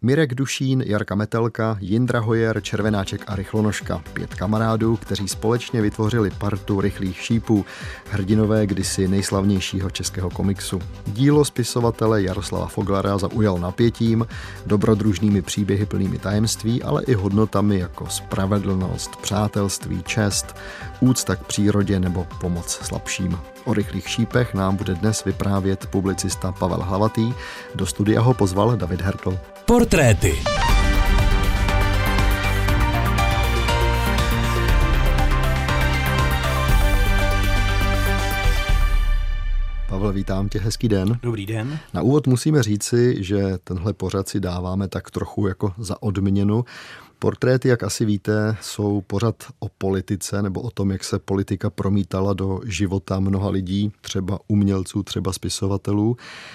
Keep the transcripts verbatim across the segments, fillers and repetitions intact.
Mirek Dušín, Jarka Metelka, Jindra Hojer, Červenáček a Rychlonožka. Pět kamarádů, kteří společně vytvořili partu rychlých šípů, hrdinové kdysi nejslavnějšího českého komiksu. Dílo spisovatele Jaroslava Foglara zaujal napětím, dobrodružnými příběhy plnými tajemství, ale i hodnotami jako spravedlnost, přátelství, čest, úcta k přírodě nebo pomoc slabším. O rychlých šípech nám bude dnes vyprávět publicista Pavel Hlavatý. Do studia ho pozval David Hertl. Portréty. Pavel, vítám tě, hezký den. Dobrý den. Na úvod musíme říci, že tenhle pořad si dáváme tak trochu jako za odměnu. Portréty, jak asi víte, jsou pořad o politice nebo o tom, jak se politika promítala do života mnoha lidí, třeba umělců, třeba spisovatelů.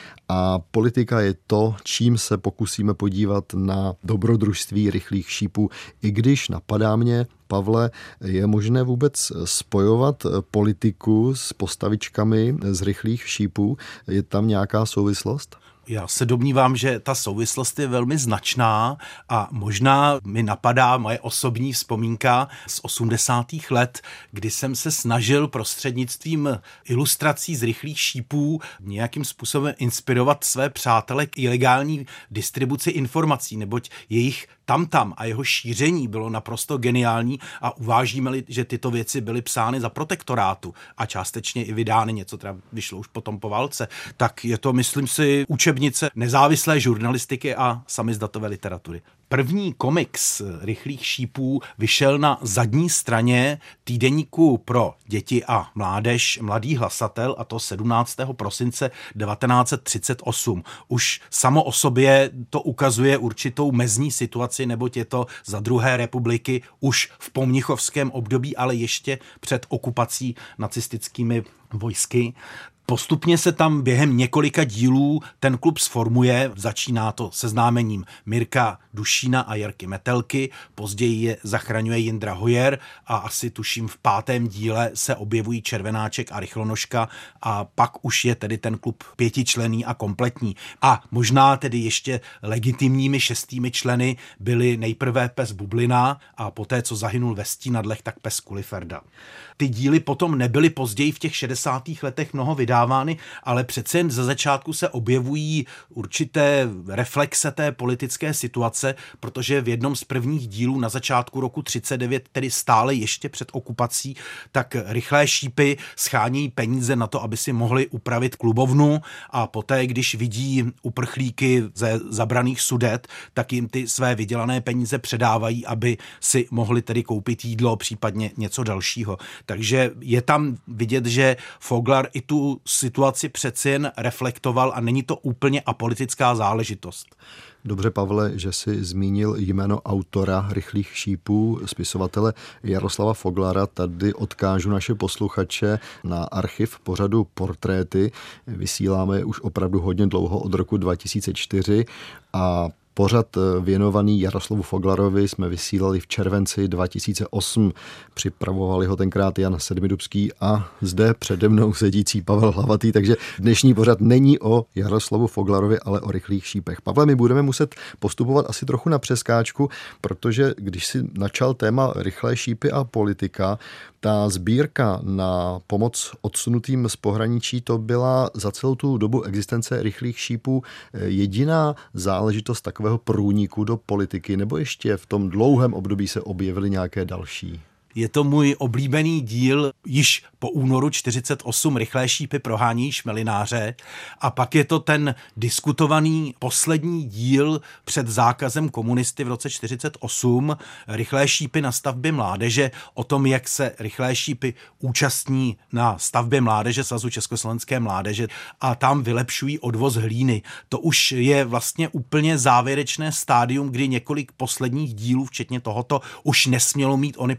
A politika je to, čím se pokusíme podívat na dobrodružství rychlých šípů. I když napadá mě, Pavle, je možné vůbec spojovat politiku s postavičkami z rychlých šípů? Je tam nějaká souvislost? Já se domnívám, že ta souvislost je velmi značná a možná mi napadá moje osobní vzpomínka z osmdesátých let, kdy jsem se snažil prostřednictvím ilustrací z rychlých šípů nějakým způsobem inspirovat své přátele k ilegální distribuci informací, neboť jejich tamtam a jeho šíření bylo naprosto geniální a uvážíme-li, že tyto věci byly psány za protektorátu a částečně i vydány, něco teda vyšlo už potom po válce, tak je to, myslím si, učebnice nezávislé žurnalistiky a samizdatové literatury. První komiks rychlých šípů vyšel na zadní straně týdeníku pro děti a mládež Mladý hlasatel, a to sedmnáctého prosince devatenáct set třicet osm. Už samo o sobě to ukazuje určitou mezní situaci, neboť je to za druhé republiky už v pomnichovském období, ale ještě před okupací nacistickými vojsky. Postupně se tam během několika dílů ten klub sformuje, začíná to seznámením Mirka Dušína a Jarky Metelky, později je zachraňuje Jindra Hojer a asi tuším v pátém díle se objevují Červenáček a Rychlonožka a pak už je tedy ten klub pětičlenný a kompletní. A možná tedy ještě legitimními šestými členy byli nejprve pes Bublina a poté, co zahynul ve Stínadlech, tak pes Kuliferda. Ty díly potom nebyly později v těch šedesátých letech mnoho vydávány, ale přece jen ze začátku se objevují určité reflexe té politické situace, protože v jednom z prvních dílů na začátku roku třicet devět, tedy stále ještě před okupací, tak rychlé šípy schánějí peníze na to, aby si mohli upravit klubovnu a poté, když vidí uprchlíky ze zabraných Sudet, tak jim ty své vydělané peníze předávají, aby si mohli tedy koupit jídlo, případně něco dalšího. Takže je tam vidět, že Foglar i tu situaci přeci jen reflektoval a není to úplně apolitická záležitost. Dobře, Pavle, že jsi zmínil jméno autora rychlých šípů, spisovatele Jaroslava Foglara. Tady odkážu naše posluchače na archiv pořadu Portréty. Vysíláme už opravdu hodně dlouho, od roku dva tisíce čtyři, a pořad věnovaný Jaroslavu Foglarovi jsme vysílali v červenci dva tisíce osm. Připravovali ho tenkrát Jan Sedmidubský a zde přede mnou sedící Pavel Hlavatý, takže dnešní pořad není o Jaroslavu Foglarovi, ale o rychlých šípech. Pavle, my budeme muset postupovat asi trochu na přeskáčku, protože když si načal téma rychlé šípy a politika, ta sbírka na pomoc odsunutým z pohraničí, to byla za celou tu dobu existence rychlých šípů jediná záležitost takového průniku do politiky, nebo ještě v tom dlouhém období se objevily nějaké další? Je to můj oblíbený díl, již po únoru čtyřicet osm Rychlé šípy prohání šmelináře, a pak je to ten diskutovaný poslední díl před zákazem komunisty v roce čtyřicet osm Rychlé šípy na stavbě mládeže, o tom, jak se Rychlé šípy účastní na stavbě mládeže Svazu československé mládeže a tam vylepšují odvoz hlíny. To už je vlastně úplně závěrečné stádium, kdy několik posledních dílů, včetně tohoto, už nesmělo mít ony proslulé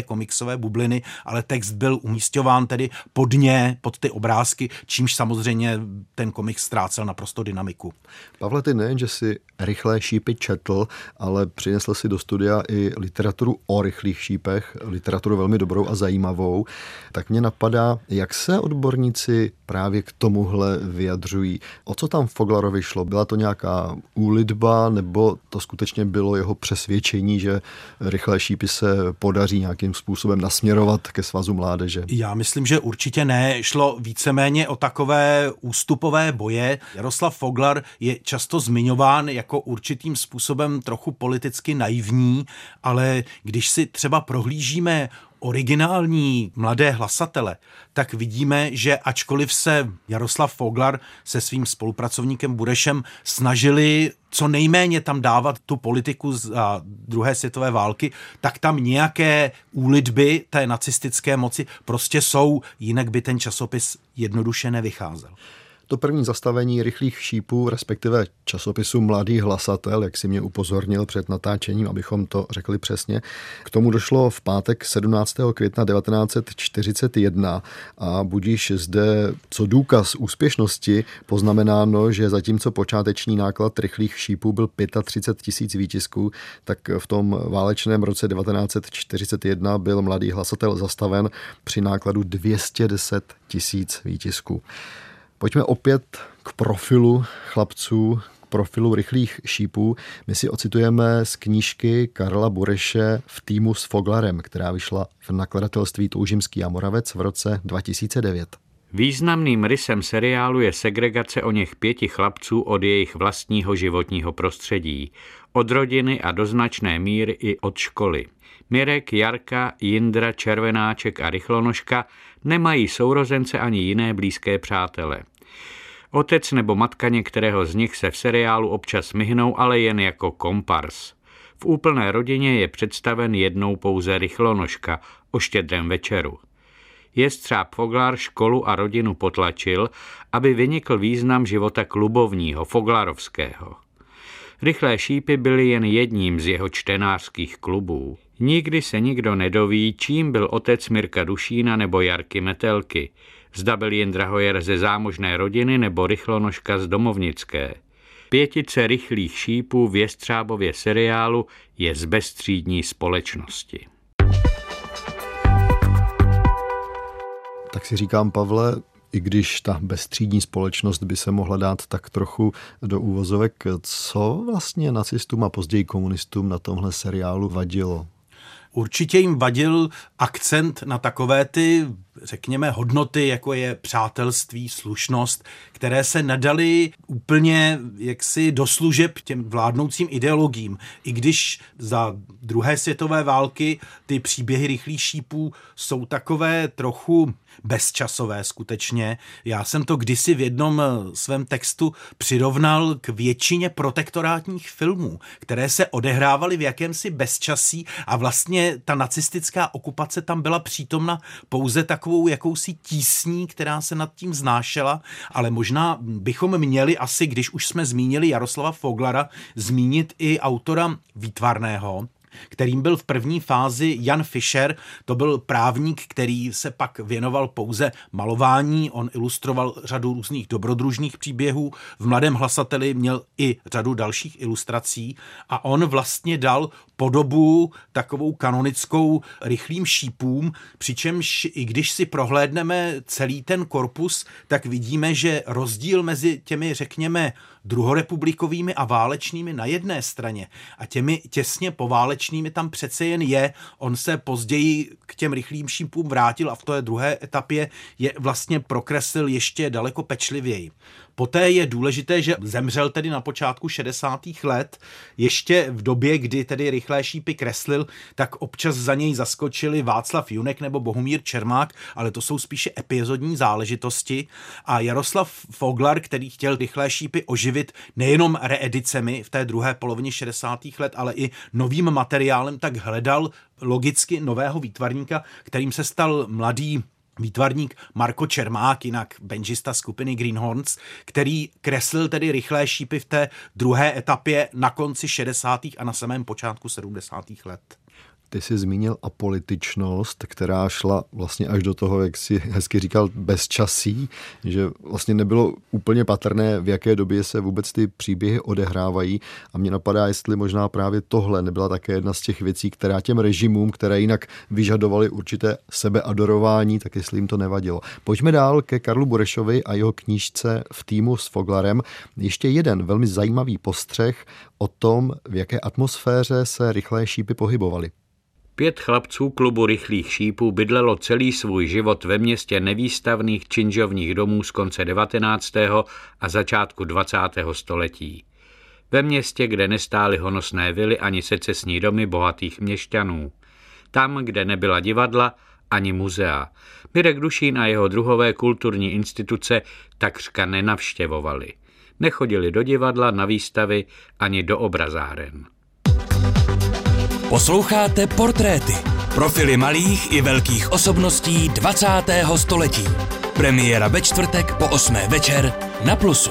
té komiksové bubliny, ale text byl umísťován tedy pod ně, pod ty obrázky, čímž samozřejmě ten komiks ztrácel naprosto dynamiku. Pavle, ty nejen, že si Rychlé šípy četl, ale přinesl si do studia i literaturu o rychlých šípech, literaturu velmi dobrou a zajímavou. Tak mě napadá, jak se odborníci právě k tomuhle vyjadřují. O co tam Foglarovi šlo? Byla to nějaká úlitba, nebo to skutečně bylo jeho přesvědčení, že rychlé šípy se podaří nějakým způsobem nasměrovat ke Svazu mládeže? Já myslím, že určitě ne. Šlo víceméně o takové ústupové boje. Jaroslav Foglar je často zmiňován jako určitým způsobem trochu politicky naivní, ale když si třeba prohlížíme originální Mladé hlasatele, tak vidíme, že ačkoliv se Jaroslav Foglar se svým spolupracovníkem Burešem snažili co nejméně tam dávat tu politiku z druhé světové války, tak tam nějaké úlitby té nacistické moci prostě jsou, jinak by ten časopis jednoduše nevycházel. To první zastavení Rychlých šípů, respektive časopisu Mladý hlasatel, jak si mě upozornil před natáčením, abychom to řekli přesně, k tomu došlo v pátek sedmnáctého května devatenáct set čtyřicet jedna a budíš zde co důkaz úspěšnosti poznamenáno, že zatímco počáteční náklad Rychlých šípů byl třicet pět tisíc výtisků, tak v tom válečném roce devatenáct set čtyřicet jedna byl Mladý hlasatel zastaven při nákladu dvě stě deset tisíc výtisků. Pojďme opět k profilu chlapců, k profilu Rychlých šípů. My si ocitujeme z knížky Karla Bureše V týmu s Foglarem, která vyšla v nakladatelství Toužimský a Moravec v roce dva tisíce devět. Významným rysem seriálu je segregace oněch pěti chlapců od jejich vlastního životního prostředí, od rodiny a do značné míry i od školy. Mirek, Jarka, Jindra, Červenáček a Rychlonožka nemají sourozence ani jiné blízké přátele. Otec nebo matka některého z nich se v seriálu občas myhnou, ale jen jako kompars. V úplné rodině je představen jednou pouze Rychlonožka o Štědrém večeru. Jestřáb Foglar školu a rodinu potlačil, aby vynikl význam života klubovního, foglarovského. Rychlé šípy byly jen jedním z jeho čtenářských klubů. Nikdy se nikdo nedoví, čím byl otec Mirka Dušína nebo Jarky Metelky. Zda byl Jindra Hojer ze zámožné rodiny nebo Rychlonožka z domovnické. Pětice Rychlých šípů v Jestřábově seriálu je z bezstřídní společnosti. Tak si říkám, Pavle, i když ta bezstřídní společnost by se mohla dát tak trochu do úvozovek, co vlastně nacistům a později komunistům na tomhle seriálu vadilo? Určitě jim vadil akcent na takové ty, řekněme, hodnoty, jako je přátelství, slušnost, které se nadaly úplně jaksi do služeb těm vládnoucím ideologiím. I když za druhé světové války ty příběhy Rychlých šípů jsou takové trochu bezčasové skutečně. Já jsem to kdysi v jednom svém textu přirovnal k většině protektorátních filmů, které se odehrávaly v jakémsi bezčasí a vlastně ta nacistická okupace tam byla přítomna pouze takovou jakousi tísní, která se nad tím vznášela, ale možná bychom měli asi, když už jsme zmínili Jaroslava Foglara, zmínit i autora Výtvarného, kterým byl v první fázi Jan Fischer. To byl právník, který se pak věnoval pouze malování. On ilustroval řadu různých dobrodružných příběhů. V Mladém hlasateli měl i řadu dalších ilustrací a on vlastně dal podobu takovou kanonickou Rychlým šípům, přičemž i když si prohlédneme celý ten korpus, tak vidíme, že rozdíl mezi těmi, řekněme, druhorepublikovými a válečnými na jedné straně a těmi těsně poválečnými tam přece jen je. On se později k těm Rychlým šípům vrátil a v té druhé etapě je vlastně prokreslil ještě daleko pečlivěji. Poté je důležité, že zemřel tedy na počátku šedesátých let, ještě v době, kdy tedy Rychlé šípy kreslil, tak občas za něj zaskočili Václav Junek nebo Bohumír Čermák, ale to jsou spíše epizodní záležitosti. A Jaroslav Foglar, který chtěl Rychlé šípy oživit nejenom reedicemi v té druhé polovině šedesátých let, ale i novým materiálem, tak hledal logicky nového výtvarníka, kterým se stal mladý výtvarník Marko Čermák, jinak benžista skupiny Greenhorns, který kreslil tedy Rychlé šípy v té druhé etapě na konci šedesátých a na samém počátku sedmdesátých let. Ty jsi zmínil apolitičnost, která šla vlastně až do toho, jak jsi hezky říkal, bezčasí, že vlastně nebylo úplně patrné, v jaké době se vůbec ty příběhy odehrávají. A mě napadá, jestli možná právě tohle nebyla také jedna z těch věcí, která těm režimům, které jinak vyžadovaly určité sebeadorování, tak jestli jim to nevadilo. Pojďme dál ke Karlu Burešovi a jeho knížce V týmu s Foglarem. Ještě jeden velmi zajímavý postřeh o tom, v jaké atmosféře se Rychlé šípy pohybovaly. Pět chlapců klubu Rychlých šípů bydlelo celý svůj život ve městě nevýstavných činžovních domů z konce devatenáctého a začátku dvacátého století. Ve městě, kde nestály honosné vily ani secesní domy bohatých měšťanů. Tam, kde nebyla divadla ani muzea. Mirek Dušín a jeho druhové kulturní instituce takřka nenavštěvovali. Nechodili do divadla, na výstavy ani do obrazáren. Posloucháte Portréty. Profily malých i velkých osobností dvacátého století. Premiéra ve čtvrtek po osmé večer na Plusu.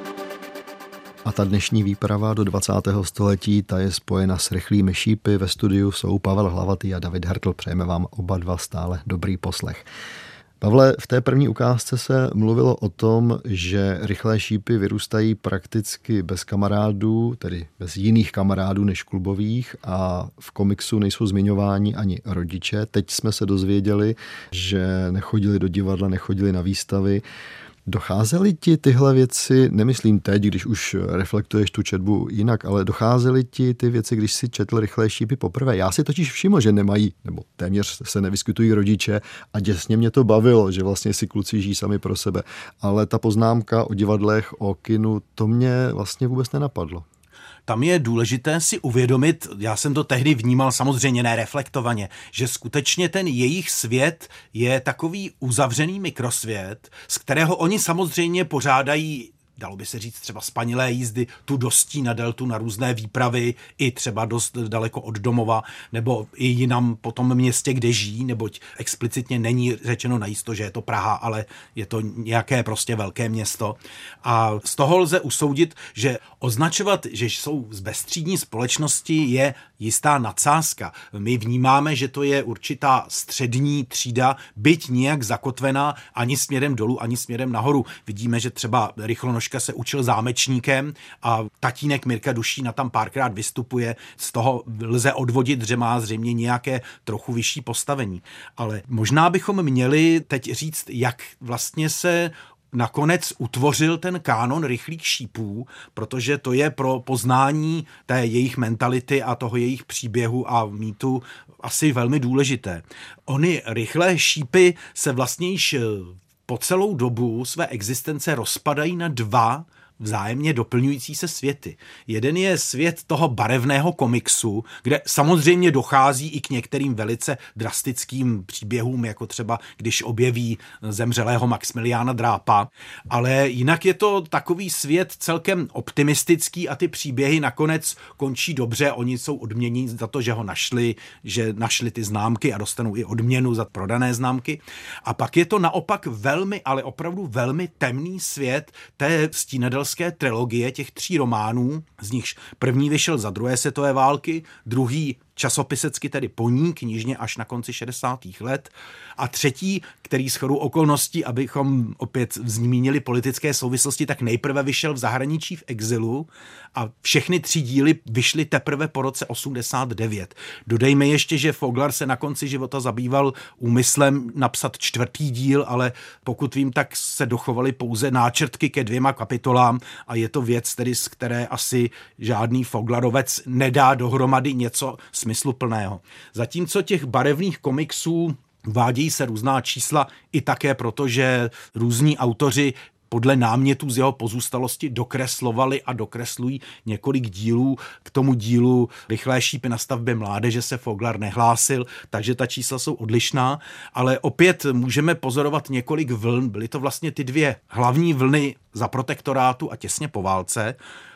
A ta dnešní výprava do dvacátého století, ta je spojena s Rychlými šípy. Ve studiu jsou Pavel Hlavatý a David Hertl. Přejeme vám oba dva stále dobrý poslech. Pavle, v té první ukázce se mluvilo o tom, že Rychlé šípy vyrůstají prakticky bez kamarádů, tedy bez jiných kamarádů než klubových, a v komiksu nejsou zmiňováni ani rodiče. Teď jsme se dozvěděli, že nechodili do divadla, nechodili na výstavy. Docházely ti tyhle věci, nemyslím teď, když už reflektuješ tu četbu jinak, ale docházely ti ty věci, když si četl Rychlé šípy poprvé? Já si totiž všiml, že nemají, nebo téměř se nevyskytují rodiče a děsně mě to bavilo, že vlastně si kluci žijí sami pro sebe. Ale ta poznámka o divadlech, o kinu, to mě vlastně vůbec nenapadlo. Tam je důležité si uvědomit, já jsem to tehdy vnímal samozřejmě nereflektovaně, že skutečně ten jejich svět je takový uzavřený mikrosvět, z kterého oni samozřejmě pořádají, dalo by se říct, třeba spanilé jízdy tu do Stí na deltu na různé výpravy, i třeba dost daleko od domova, nebo i jinam po tom městě, kde žijí, neboť explicitně není řečeno najisto, že je to Praha, ale je to nějaké prostě velké město. A z toho lze usoudit, že označovat, že jsou z bezstřídní společnosti, je jistá nadsázka. My vnímáme, že to je určitá střední třída, byť nijak zakotvená ani směrem dolů, ani směrem nahoru. Vidíme, že třeba Rychlonožka se učil zámečníkem a tatínek Mirka Dušína tam párkrát vystupuje. Z toho lze odvodit, že má zřejmě nějaké trochu vyšší postavení. Ale možná bychom měli teď říct, jak vlastně se nakonec utvořil ten kánon Rychlých šípů, protože to je pro poznání té jejich mentality a toho jejich příběhu a mýtu asi velmi důležité. Ony Rychlé šípy se vlastně již po celou dobu své existence rozpadají na dva vzájemně doplňující se světy. Jeden je svět toho barevného komiksu, kde samozřejmě dochází i k některým velice drastickým příběhům, jako třeba když objeví zemřelého Maximiliána Drápa, ale jinak je to takový svět celkem optimistický a ty příběhy nakonec končí dobře, oni jsou odměněni za to, že ho našli, že našli ty známky a dostanou i odměnu za prodané známky. A pak je to naopak velmi, ale opravdu velmi temný svět té stínadelské trilogie těch tří románů, z nichž první vyšel za druhé světové války, druhý časopisecky tedy po ní, knižně až na konci šedesátých let, a třetí, který shodou okolností, abychom opět zmínili politické souvislosti, tak nejprve vyšel v zahraničí v exilu a všechny tři díly vyšly teprve po roce osmdesát devět. Dodejme ještě, že Foglar se na konci života zabýval úmyslem napsat čtvrtý díl, ale pokud vím, tak se dochovaly pouze náčrtky ke dvěma kapitolám a je to věc, tedy z které asi žádný Foglarovec nedá dohromady něco smysluplného. Zatímco těch barevných komiksů vádějí se různá čísla i také proto, že různí autoři podle námětů z jeho pozůstalosti dokreslovali a dokreslují několik dílů. K tomu dílu Rychlé šípy na stavbě mládeže se Foglar nehlásil, takže ta čísla jsou odlišná, ale opět můžeme pozorovat několik vln. Byly to vlastně ty dvě hlavní vlny za protektorátu a těsně po válce.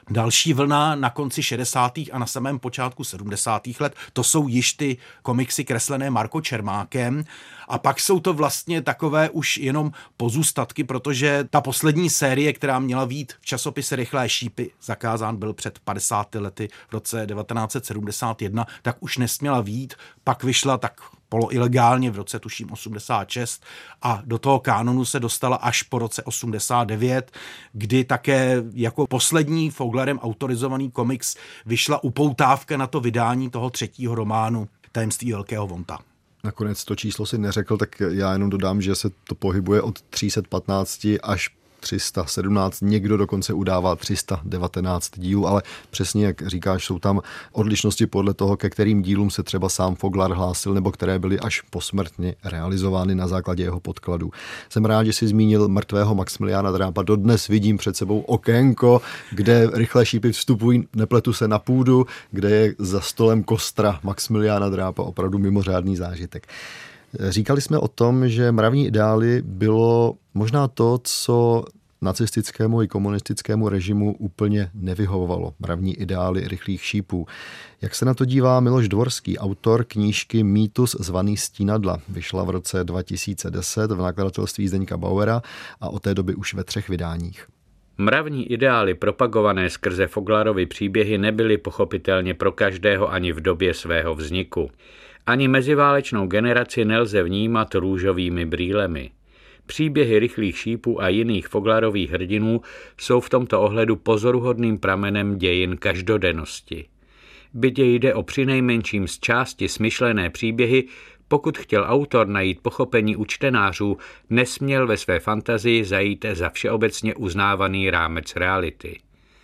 Další vlna na konci šedesátých a na samém počátku sedmdesátých let, to jsou již ty komiksy kreslené Marko Čermákem a pak jsou to vlastně takové už jenom pozůstatky, protože ta poslední série, která měla vyjít v časopise Rychlé šípy, zakázán byl před padesáti lety v roce devatenáct set sedmdesát jedna, tak už nesměla vyjít, pak vyšla tak poloilegálně v roce tuším osmdesát šest a do toho kánonu se dostala až po roce osmdesát devět, kdy také jako poslední Foglerem autorizovaný komiks vyšla upoutávka na to vydání toho třetího románu Tajemství velkého Vonta. Nakonec to číslo si neřekl, tak já jenom dodám, že se to pohybuje od tři sta patnáct až tři sta sedmnáct, někdo dokonce udává tři sta devatenáct dílů, ale přesně jak říkáš, jsou tam odlišnosti podle toho, ke kterým dílům se třeba sám Foglar hlásil, nebo které byly až posmrtně realizovány na základě jeho podkladů. Jsem rád, že jsi zmínil mrtvého Maxmiliána Drápa. Dodnes vidím před sebou okénko, kde Rychlé šípy vstupují, nepletu se, na půdu, kde je za stolem kostra Maxmiliána Drápa, opravdu mimořádný zážitek. Říkali jsme o tom, že mravní ideály bylo možná to, co nacistickému i komunistickému režimu úplně nevyhovovalo. Mravní ideály Rychlých šípů. Jak se na to dívá Miloš Dvorský, autor knížky Mýtus zvaný Stínadla. Vyšla v roce dva tisíce deset v nakladatelství Zdeňka Bauera a od té doby už ve třech vydáních. Mravní ideály propagované skrze Foglarovy příběhy nebyly pochopitelně pro každého ani v době svého vzniku. Ani meziválečnou generaci nelze vnímat růžovými brýlemi. Příběhy Rychlých šípů a jiných Foglarových hrdinů jsou v tomto ohledu pozoruhodným pramenem dějin každodennosti. Byť jde o přinejmenším z části smyšlené příběhy, pokud chtěl autor najít pochopení u čtenářů, nesměl ve své fantazii zajít za všeobecně uznávaný rámec reality.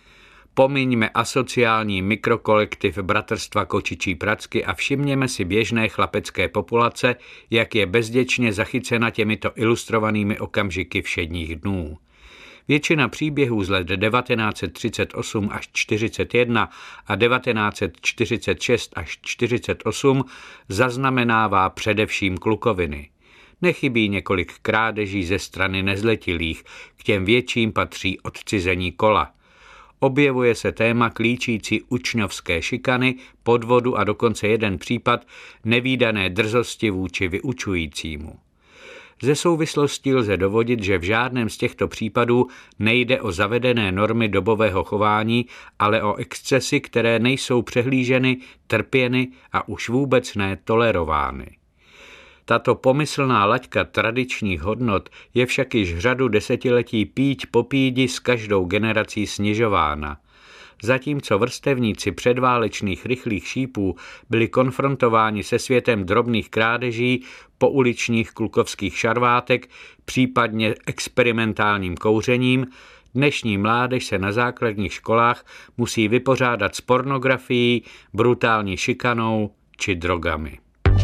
Pomiňme asociální mikrokolektiv Bratrstva kočičí pracky a všimněme si běžné chlapecké populace, jak je bezděčně zachycena těmito ilustrovanými okamžiky všedních dnů. Většina příběhů z let devatenáct set třicet osm až čtyřicet jedna a devatenáct set čtyřicet šest až čtyřicet osm zaznamenává především klukoviny. Nechybí několik krádeží ze strany nezletilých, k těm větším patří odcizení kola. Objevuje se téma klíčící učňovské šikany, podvodu a dokonce jeden případ nevídané drzosti vůči vyučujícímu. Ze souvislostí lze dovodit, že v žádném z těchto případů nejde o zavedené normy dobového chování, ale o excesy, které nejsou přehlíženy, trpěny a už vůbec ne tolerovány. Tato pomyslná laťka tradičních hodnot je však již řadu desetiletí píď po pídi s každou generací snižována. Zatímco vrstevníci předválečných Rychlých šípů byli konfrontováni se světem drobných krádeží, pouličních klukovských šarvátek, případně experimentálním kouřením, dnešní mládež se na základních školách musí vypořádat s pornografií, brutální šikanou či drogami.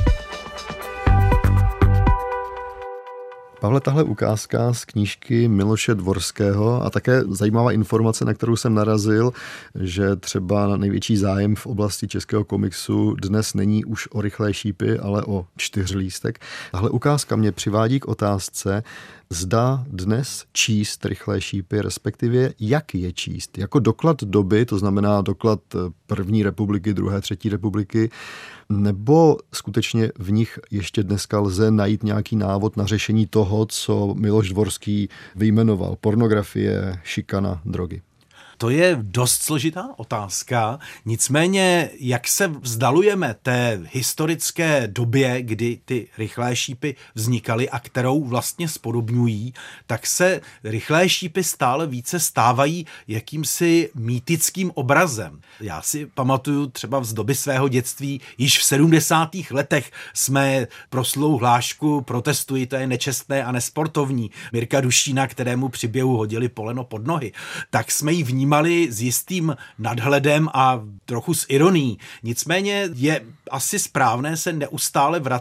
Pavle, tahle ukázka z knížky Miloše Dvorského a také zajímavá informace, na kterou jsem narazil, že třeba největší zájem v oblasti českého komiksu dnes není už o Rychlé šípy, ale o Čtyřlístek. Tahle ukázka mě přivádí k otázce, zda dnes číst Rychlé šípy, respektive jak je číst. Jako doklad doby, to znamená doklad první republiky, druhé, třetí republiky, nebo skutečně v nich ještě dneska lze najít nějaký návod na řešení toho, co Miloš Dvorský vyjmenoval. Pornografie, šikana, drogy. To je dost složitá otázka, nicméně jak se vzdalujeme té historické době, kdy ty Rychlé šípy vznikaly a kterou vlastně spodobňují, tak se Rychlé šípy stále více stávají jakýmsi mýtickým obrazem. Já si pamatuju třeba z doby svého dětství, již v sedmdesátých letech jsme proslou hlášku Protestuji, to je nečestné a nesportovní, Mirka Dušína, kterému při běhu hodili poleno pod nohy, tak jsme ji vnímali s jistým nadhledem a trochu s ironií. Nicméně je asi správné se neustále vracet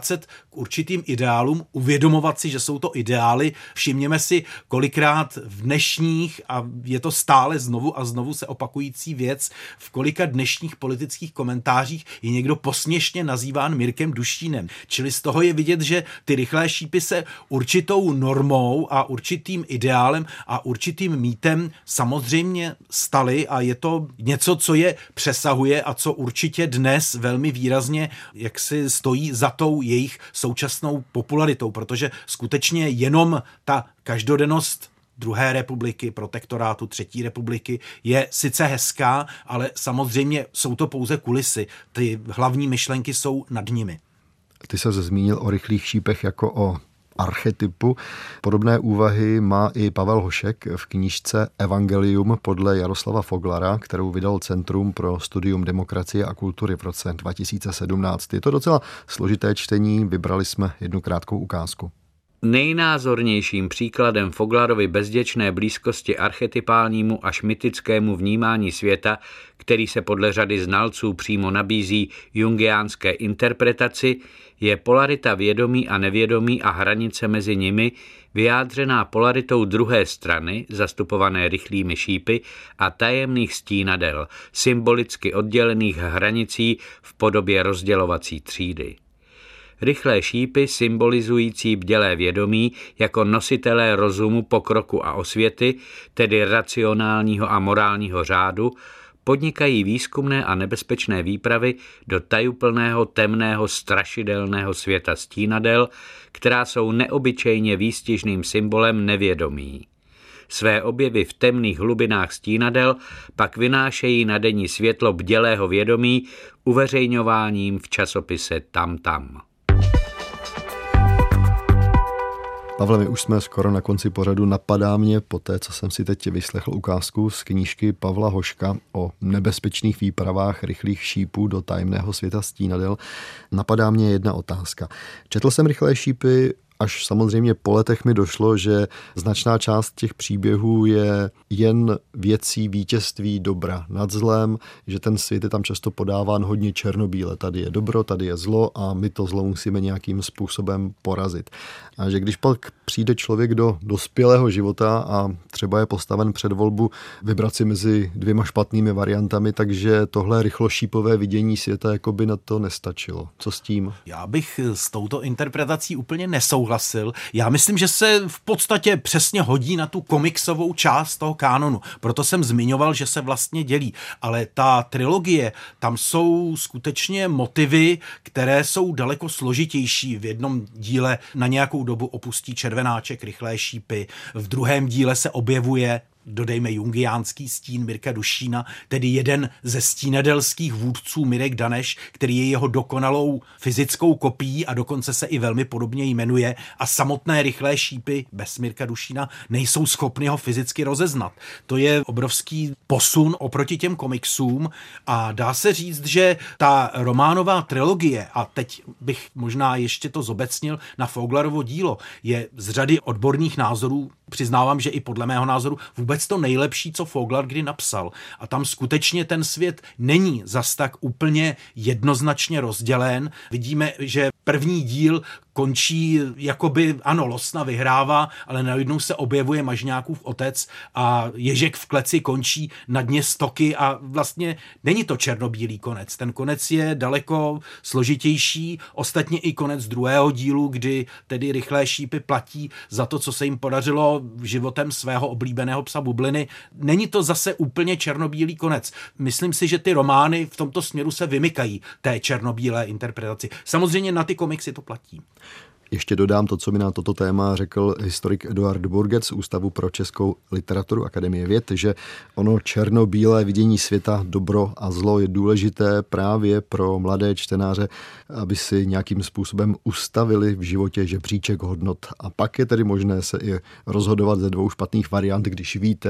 k určitým ideálům, uvědomovat si, že jsou to ideály. Všimněme si, kolikrát v dnešních, a je to stále znovu a znovu se opakující věc, v kolika dnešních politických komentářích je někdo posměšně nazýván Mirkem Dušínem. Čili z toho je vidět, že ty rychlé šípy se určitou normou a určitým ideálem a určitým mýtem samozřejmě staly a je to něco, co je přesahuje a co určitě dnes velmi výrazně jak si stojí za tou jejich současnou popularitou, protože skutečně jenom ta každodennost druhé republiky, protektorátu, třetí republiky je sice hezká, ale samozřejmě jsou to pouze kulisy. Ty hlavní myšlenky jsou nad nimi. Ty se zmínil o rychlých šípech jako o archetypu. Podobné úvahy má i Pavel Hošek v knížce Evangelium podle Jaroslava Foglara, kterou vydal Centrum pro studium demokracie a kultury v roce dva tisíce sedmnáct. Je to docela složité čtení, vybrali jsme jednu krátkou ukázku. Nejnázornějším příkladem Foglarovy bezděčné blízkosti archetypálnímu až mytickému vnímání světa, který se podle řady znalců přímo nabízí jungiánské interpretaci, je polarita vědomí a nevědomí a hranice mezi nimi, vyjádřená polaritou druhé strany, zastupované rychlými šípy, a tajemných stínadel, symbolicky oddělených hranicí v podobě rozdělovací třídy. Rychlé šípy symbolizující bdělé vědomí jako nositelé rozumu, pokroku a osvěty, tedy racionálního a morálního řádu, podnikají výzkumné a nebezpečné výpravy do tajuplného, temného, strašidelného světa stínadel, která jsou neobyčejně výstižným symbolem nevědomí. Své objevy v temných hlubinách stínadel pak vynášejí na denní světlo bdělého vědomí uveřejňováním v časopise Tam Tam. Pavle, my už jsme skoro na konci pořadu. Napadá mě po té, co jsem si teď vyslechl ukázku z knížky Pavla Hoška o nebezpečných výpravách rychlých šípů do tajemného světa stínadel, napadá mě jedna otázka. Četl jsem Rychlé šípy, až samozřejmě po letech mi došlo, že značná část těch příběhů je jen věcí vítězství dobra nad zlem, že ten svět je tam často podáván hodně černobíle. Tady je dobro, tady je zlo a my to zlo musíme nějakým způsobem porazit. A že když pak přijde člověk do dospělého života a třeba je postaven před volbu vybrat si mezi dvěma špatnými variantami, takže tohle rychlošípové vidění světa jako by na to nestačilo. Co s tím? Já bych s touto interpretací úplně nesouhlasil. Já myslím, že se v podstatě přesně hodí na tu komiksovou část toho kánonu. Proto jsem zmiňoval, že se vlastně dělí. Ale ta trilogie, tam jsou skutečně motivy, které jsou daleko složitější. V jednom díle na nějakou dobu opustí červenáček rychlé šípy, v druhém díle se objevuje, dodejme, jungiánský stín Mirka Dušína, tedy jeden ze stínadelských vůdců Mirek Daneš, který je jeho dokonalou fyzickou kopií a dokonce se i velmi podobně jmenuje, a samotné rychlé šípy bez Mirka Dušína nejsou schopny ho fyzicky rozeznat. To je obrovský posun oproti těm komiksům a dá se říct, že ta románová trilogie, a teď bych možná ještě to zobecnil na Foglarovo dílo, je z řady odborných názorů, přiznávám, že i podle mého názoru vůbec to nejlepší, co Foglar kdy napsal. A tam skutečně ten svět není zas tak úplně jednoznačně rozdělen. Vidíme, že první díl končí jakoby, ano, Losna vyhrává, ale najednou se objevuje Mažňákův otec a Ježek v kleci končí na dně stoky a vlastně není to černobílý konec. Ten konec je daleko složitější, ostatně i konec druhého dílu, kdy tedy Rychlé šípy platí za to, co se jim podařilo životem svého oblíbeného psa Bubliny. Není to zase úplně černobílý konec. Myslím si, že ty romány v tomto směru se vymykají té černobílé interpretaci. Samozřejmě na ty komiksy to platí. Ještě dodám to, co mi na toto téma řekl historik Eduard Burget z Ústavu pro českou literaturu Akademie věd, že ono černobílé vidění světa, dobro a zlo je důležité právě pro mladé čtenáře, aby si nějakým způsobem ustavili v životě žebříček hodnot. A pak je tedy možné se i rozhodovat ze dvou špatných variant, když víte,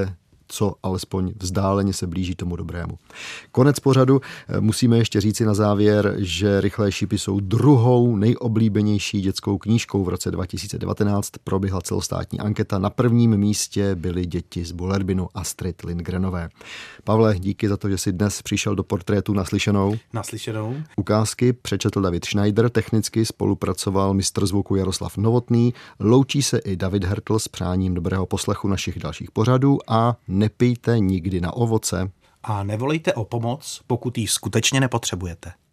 co alespoň vzdáleně se blíží tomu dobrému. Konec pořadu. Musíme ještě říci na závěr, že Rychlé šípy jsou druhou nejoblíbenější dětskou knížkou. V roce dva tisíce devatenáct proběhla celostátní anketa. Na prvním místě byly Děti z Bullerbinu Astrid Lindgrenové. Pavle, díky za to, že jsi dnes přišel do Portrétu. Naslyšenou. Naslyšenou. Ukázky přečetl David Schneider, technicky spolupracoval mistr zvuku Jaroslav Novotný, loučí se i David Hertl s přáním dobrého poslechu našich dalších pořadů a nepijte nikdy na ovoce. A nevolejte o pomoc, pokud ji skutečně nepotřebujete.